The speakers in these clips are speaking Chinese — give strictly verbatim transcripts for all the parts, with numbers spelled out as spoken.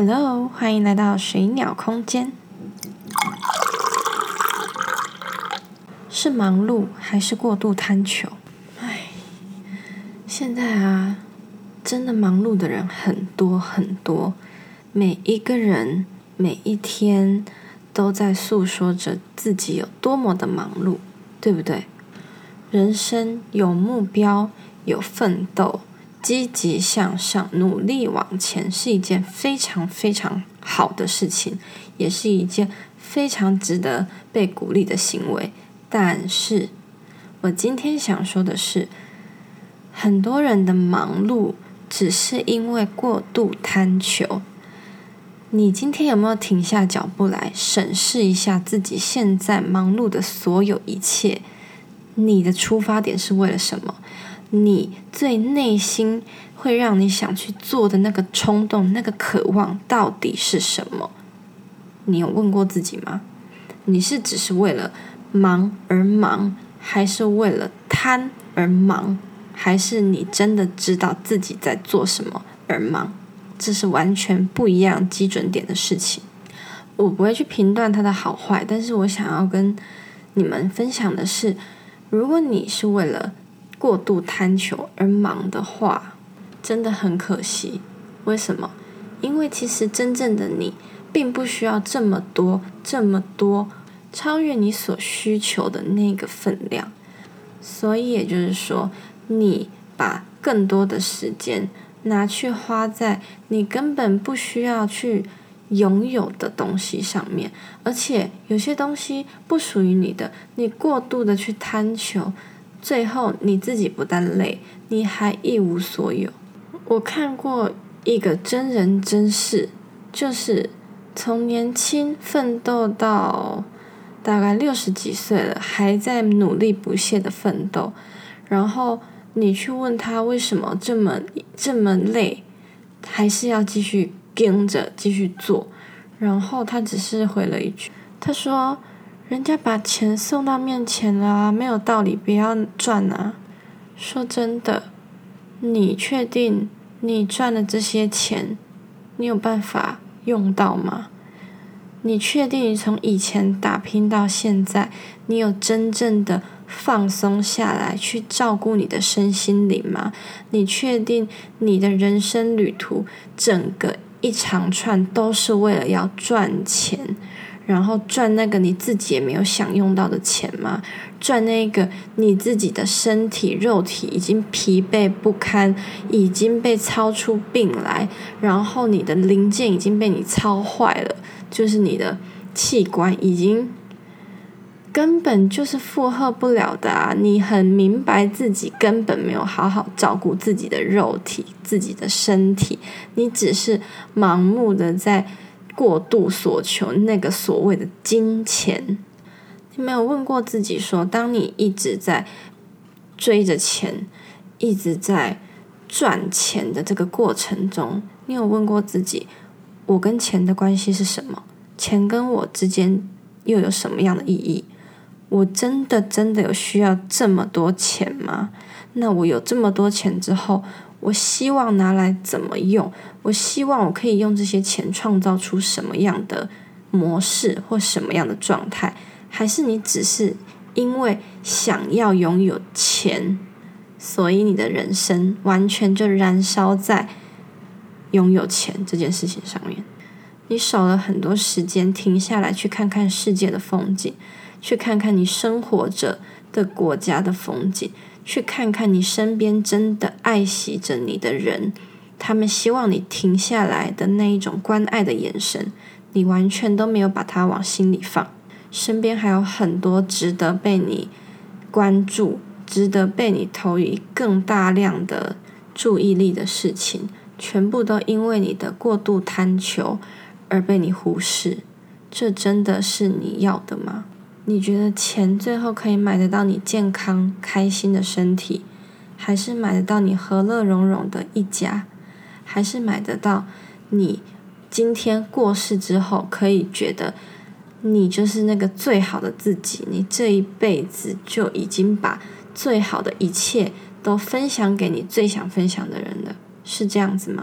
Hello， 欢迎来到水鸟空间。是忙碌还是过度贪求？唉，现在啊，真的忙碌的人很多很多，每一个人每一天都在诉说着自己有多么的忙碌，对不对？人生有目标，有奋斗，积极向上，努力往前是一件非常非常好的事情，也是一件非常值得被鼓励的行为。但是我今天想说的是，很多人的忙碌只是因为过度贪求。你今天有没有停下脚步来审视一下自己现在忙碌的所有一切？你的出发点是为了什么？你最内心会让你想去做的那个冲动，那个渴望到底是什么？你有问过自己吗？你是只是为了忙而忙，还是为了贪而忙，还是你真的知道自己在做什么而忙？这是完全不一样基准点的事情。我不会去评断它的好坏，但是我想要跟你们分享的是，如果你是为了过度贪求而忙的话，真的很可惜。为什么？因为其实真正的你并不需要这么多这么多超越你所需求的那个分量，所以也就是说，你把更多的时间拿去花在你根本不需要去拥有的东西上面，而且有些东西不属于你的，你过度的去贪求，最后你自己不但累，你还一无所有。我看过一个真人真事，就是从年轻奋斗到大概六十几岁了，还在努力不懈的奋斗，然后你去问他为什么这么这么累，还是要继续跟着继续做，然后他只是回了一句，他说人家把钱送到面前了啊，没有道理不要赚啊。说真的，你确定你赚的这些钱你有办法用到吗？你确定你从以前打拼到现在，你有真正的放松下来去照顾你的身心灵吗？你确定你的人生旅途整个一长串都是为了要赚钱，然后赚那个你自己也没有享用到的钱吗？赚那个你自己的身体肉体已经疲惫不堪，已经被操出病来，然后你的零件已经被你操坏了，就是你的器官已经根本就是负荷不了的啊！你很明白自己根本没有好好照顾自己的肉体、自己的身体，你只是盲目的在过度所求那个所谓的金钱。你没有问过自己说，当你一直在追着钱，一直在赚钱的这个过程中，你有问过自己，我跟钱的关系是什么？钱跟我之间又有什么样的意义？我真的真的有需要这么多钱吗？那我有这么多钱之后，我希望拿来怎么用？我希望我可以用这些钱创造出什么样的模式或什么样的状态？还是你只是因为想要拥有钱，所以你的人生完全就燃烧在拥有钱这件事情上面？你少了很多时间停下来去看看世界的风景，去看看你生活着的国家的风景，去看看你身边真的爱惜着你的人，他们希望你停下来的那一种关爱的眼神，你完全都没有把它往心里放。身边还有很多值得被你关注，值得被你投以更大量的注意力的事情，全部都因为你的过度贪求而被你忽视。这真的是你要的吗？你觉得钱最后可以买得到你健康开心的身体，还是买得到你和乐融融的一家，还是买得到你今天过世之后可以觉得你就是那个最好的自己，你这一辈子就已经把最好的一切都分享给你最想分享的人了？是这样子吗？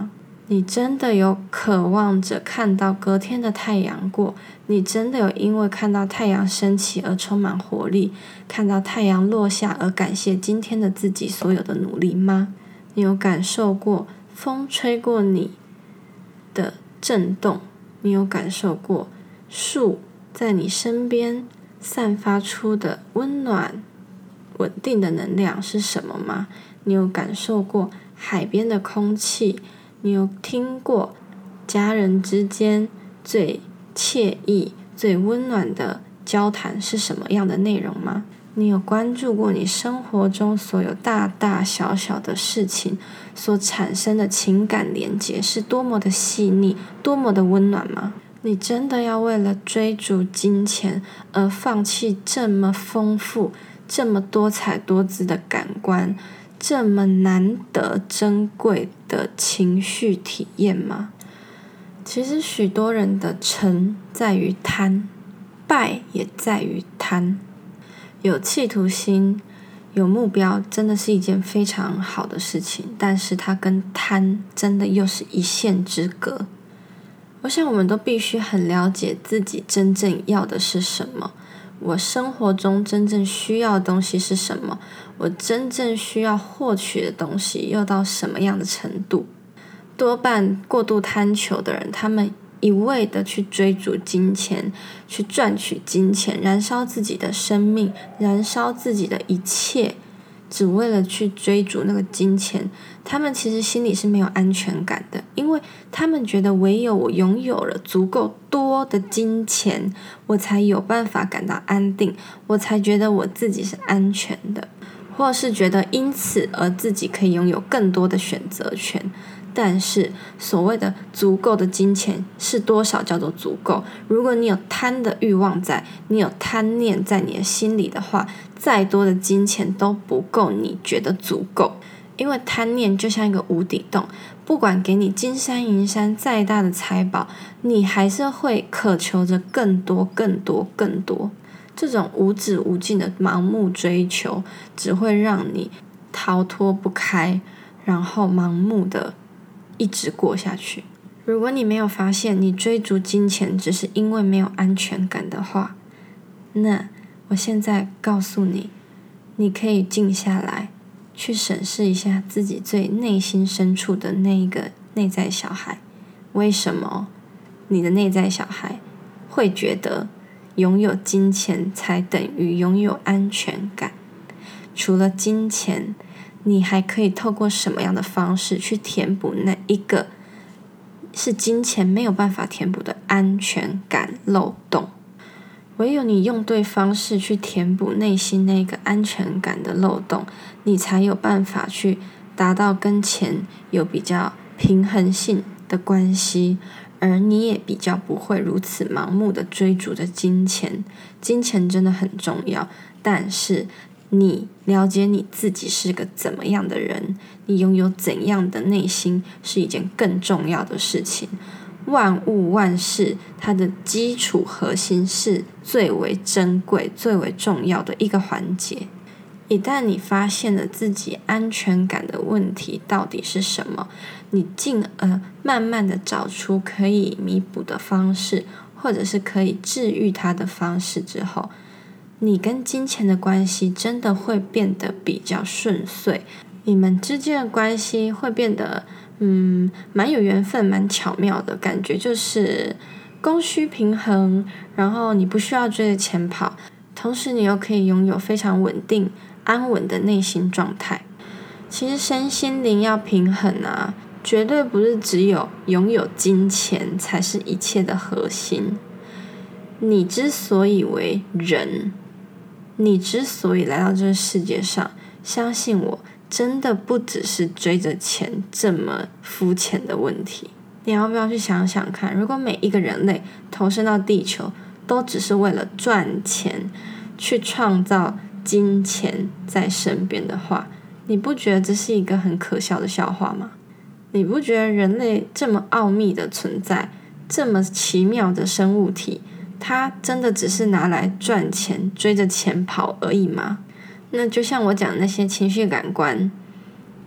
你真的有渴望着看到隔天的太阳过？你真的有因为看到太阳升起而充满活力，看到太阳落下而感谢今天的自己所有的努力吗？你有感受过风吹过你的震动？你有感受过树在你身边散发出的温暖稳定的能量是什么吗？你有感受过海边的空气？你有听过家人之间最惬意最温暖的交谈是什么样的内容吗？你有关注过你生活中所有大大小小的事情所产生的情感连结是多么的细腻，多么的温暖吗？你真的要为了追逐金钱而放弃这么丰富这么多彩多姿的感官，这么难得珍贵的情绪体验吗？其实许多人的成在于贪，败也在于贪。有企图心有目标真的是一件非常好的事情，但是它跟贪真的又是一线之隔。我想我们都必须很了解自己真正要的是什么，我生活中真正需要的东西是什么，我真正需要获取的东西又到什么样的程度。多半过度贪求的人，他们一味的去追逐金钱，去赚取金钱，燃烧自己的生命，燃烧自己的一切，只为了去追逐那个金钱。他们其实心里是没有安全感的，因为他们觉得唯有我拥有了足够多的金钱，我才有办法感到安定，我才觉得我自己是安全的，或是觉得因此而自己可以拥有更多的选择权。但是所谓的足够的金钱是多少叫做足够？如果你有贪的欲望在，你有贪念在你的心里的话，再多的金钱都不够你觉得足够。因为贪念就像一个无底洞，不管给你金山银山再大的财宝，你还是会渴求着更多更多更多。这种无止无尽的盲目追求只会让你逃脱不开，然后盲目的一直过下去。如果你没有发现你追逐金钱只是因为没有安全感的话，那我现在告诉你，你可以静下来去审视一下自己最内心深处的那一个内在小孩。为什么你的内在小孩会觉得拥有金钱才等于拥有安全感？除了金钱，你还可以透过什么样的方式去填补那一个是金钱没有办法填补的安全感漏洞？唯有你用对方式去填补内心那个安全感的漏洞，你才有办法去达到跟钱有比较平衡性的关系，而你也比较不会如此盲目的追逐着金钱。金钱真的很重要，但是你了解你自己是个怎么样的人，你拥有怎样的内心是一件更重要的事情。万物万事它的基础核心是最为珍贵最为重要的一个环节。一旦你发现了自己安全感的问题到底是什么，你进而慢慢的找出可以弥补的方式，或者是可以治愈它的方式之后，你跟金钱的关系真的会变得比较顺遂，你们之间的关系会变得嗯，蛮有缘分蛮巧妙的感觉，就是供需平衡，然后你不需要追着钱跑，同时你又可以拥有非常稳定安稳的内心状态。其实身心灵要平衡啊，绝对不是只有拥有金钱才是一切的核心。你之所以为人，你之所以来到这个世界上，相信我，真的不只是追着钱这么肤浅的问题。你要不要去想想看，如果每一个人类投身到地球都只是为了赚钱，去创造金钱在身边的话，你不觉得这是一个很可笑的笑话吗？你不觉得人类这么奥秘的存在，这么奇妙的生物体，它真的只是拿来赚钱追着钱跑而已吗？那就像我讲的那些情绪感官，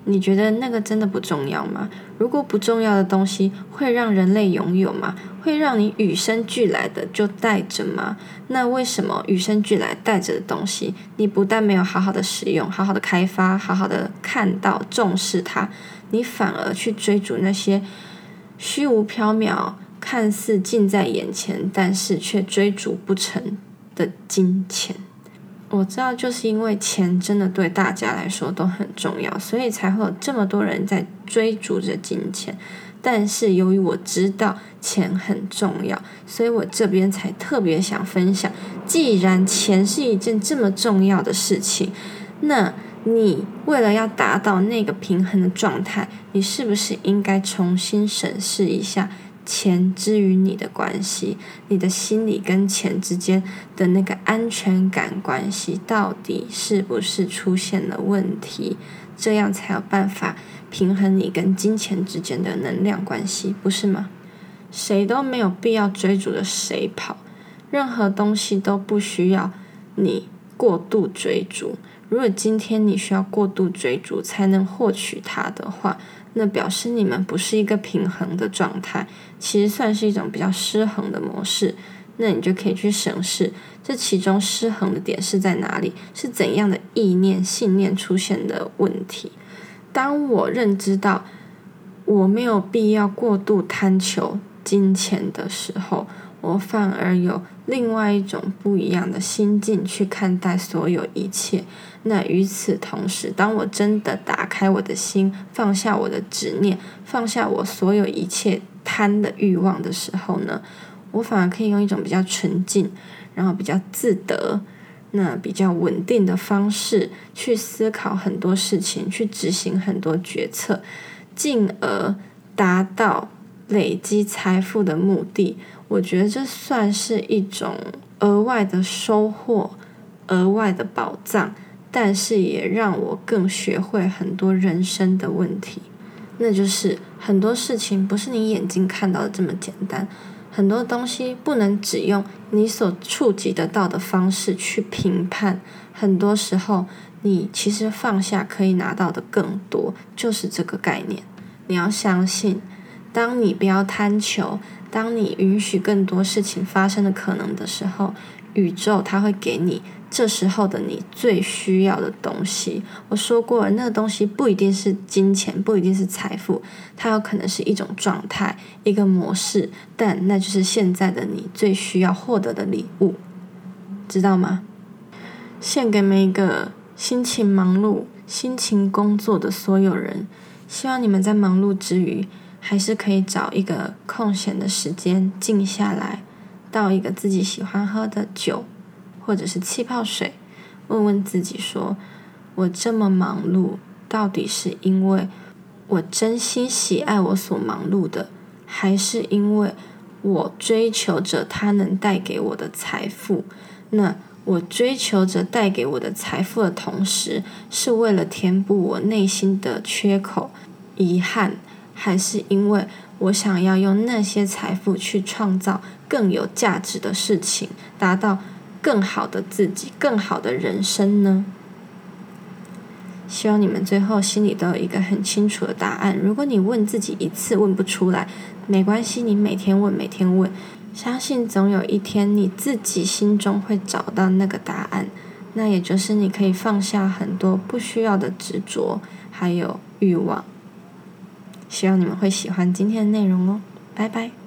你觉得那个真的不重要吗？如果不重要的东西会让人类拥有吗？会让你与生俱来的就带着吗？那为什么与生俱来带着的东西，你不但没有好好的使用，好好的开发，好好的看到重视它，你反而去追逐那些虚无缥缈，看似近在眼前，但是却追逐不成的金钱？我知道就是因为钱真的对大家来说都很重要，所以才会有这么多人在追逐着金钱。但是由于我知道钱很重要，所以我这边才特别想分享，既然钱是一件这么重要的事情，那你为了要达到那个平衡的状态，你是不是应该重新审视一下钱之于你的关系，你的心理跟钱之间的那个安全感关系到底是不是出现了问题，这样才有办法平衡你跟金钱之间的能量关系，不是吗？谁都没有必要追逐着谁跑，任何东西都不需要你过度追逐。如果今天你需要过度追逐才能获取它的话，那表示你们不是一个平衡的状态，其实算是一种比较失衡的模式。那你就可以去审视这其中失衡的点是在哪里，是怎样的意念信念出现的问题。当我认知到我没有必要过度贪求金钱的时候，我反而有另外一种不一样的心境去看待所有一切。那与此同时，当我真的打开我的心，放下我的执念，放下我所有一切贪的欲望的时候呢，我反而可以用一种比较纯净，然后比较自得，那比较稳定的方式去思考很多事情，去执行很多决策，进而达到累积财富的目的。我觉得这算是一种额外的收获，额外的宝藏，但是也让我更学会很多人生的问题。那就是很多事情不是你眼睛看到的这么简单，很多东西不能只用你所触及得到的方式去评判，很多时候你其实放下可以拿到的更多，就是这个概念。你要相信，当你不要贪求，当你允许更多事情发生的可能的时候，宇宙它会给你这时候的你最需要的东西。我说过了，那个东西不一定是金钱，不一定是财富，它有可能是一种状态，一个模式，但那就是现在的你最需要获得的礼物，知道吗？献给每一个心情忙碌、辛勤工作的所有人，希望你们在忙碌之余还是可以找一个空闲的时间静下来，倒一个自己喜欢喝的酒或者是气泡水，问问自己说，我这么忙碌到底是因为我真心喜爱我所忙碌的，还是因为我追求着它能带给我的财富？那我追求着带给我的财富的同时，是为了填补我内心的缺口、遗憾，还是因为我想要用那些财富去创造更有价值的事情，达到更好的自己，更好的人生呢？希望你们最后心里都有一个很清楚的答案。如果你问自己一次问不出来，没关系，你每天问每天问，相信总有一天你自己心中会找到那个答案。那也就是你可以放下很多不需要的执着还有欲望。希望你们会喜欢今天的内容哦，拜拜。